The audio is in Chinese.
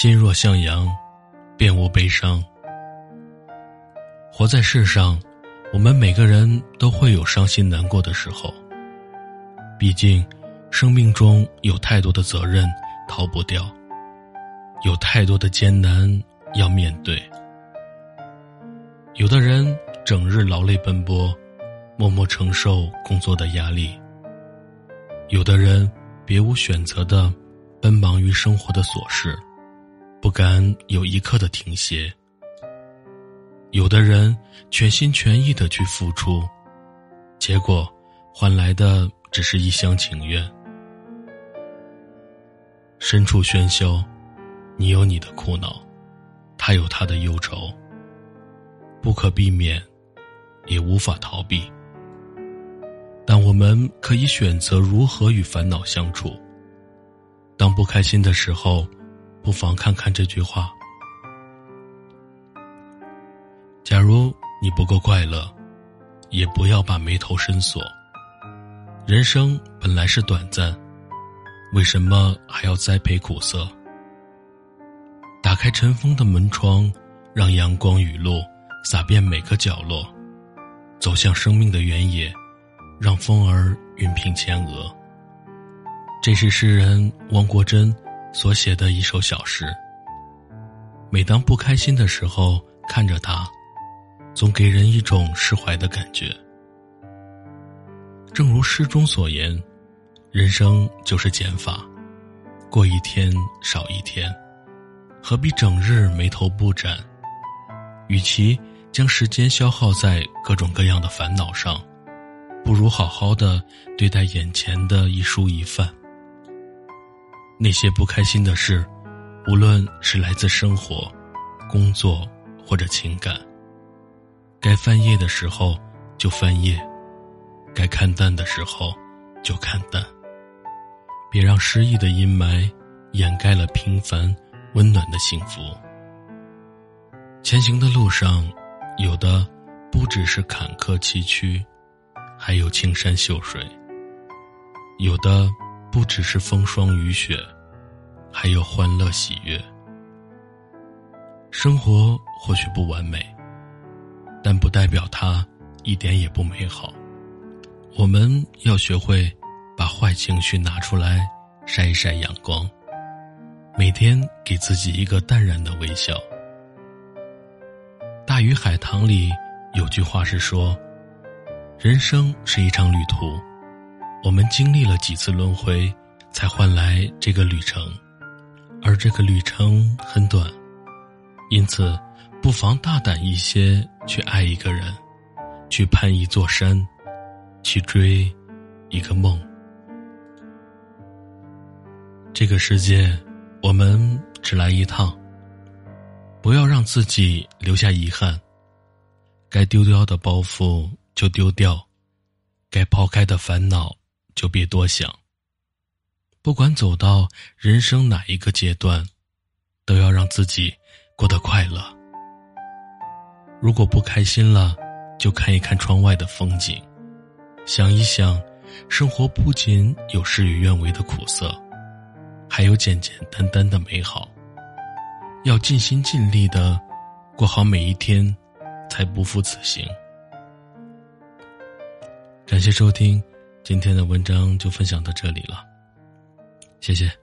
心若向阳，便无悲伤。活在世上，我们每个人都会有伤心难过的时候，毕竟生命中有太多的责任逃不掉，有太多的艰难要面对。有的人整日劳累奔波，默默承受工作的压力，有的人别无选择地奔忙于生活的琐事，不敢有一刻的停歇，有的人全心全意地去付出，结果换来的只是一厢情愿。身处喧嚣，你有你的苦恼，他有他的忧愁，不可避免，也无法逃避。但我们可以选择如何与烦恼相处。当不开心的时候，不妨看看这句话：假如你不够快乐，也不要把眉头深锁。人生本来是短暂，为什么还要栽培苦涩？打开尘封的门窗，让阳光雨露洒遍每个角落，走向生命的原野，让风儿熨平前额。这是诗人汪国真所写的一首小诗。每当不开心的时候，看着它，总给人一种释怀的感觉。正如诗中所言，人生就是减法，过一天少一天，何必整日眉头不展？与其将时间消耗在各种各样的烦恼上，不如好好的对待眼前的一蔬一饭。那些不开心的事，无论是来自生活、工作或者情感，该翻页的时候就翻页，该看淡的时候就看淡，别让失意的阴霾掩盖了平凡温暖的幸福。前行的路上，有的不只是坎坷崎岖，还有青山秀水；有的不只是风霜雨雪，还有欢乐喜悦。生活或许不完美，但不代表它一点也不美好。我们要学会把坏情绪拿出来晒一晒阳光，每天给自己一个淡然的微笑。大鱼海棠里有句话是说，人生是一场旅途，我们经历了几次轮回，才换来这个旅程，而这个旅程很短，因此不妨大胆一些去爱一个人，去攀一座山，去追一个梦。这个世界我们只来一趟，不要让自己留下遗憾，该丢掉的包袱就丢掉，该抛开的烦恼就别多想。不管走到人生哪一个阶段，都要让自己过得快乐。如果不开心了，就看一看窗外的风景，想一想，生活不仅有事与愿违的苦涩，还有简简单单的美好。要尽心尽力地过好每一天，才不负此行。感谢收听，今天的文章就分享到这里了，谢谢。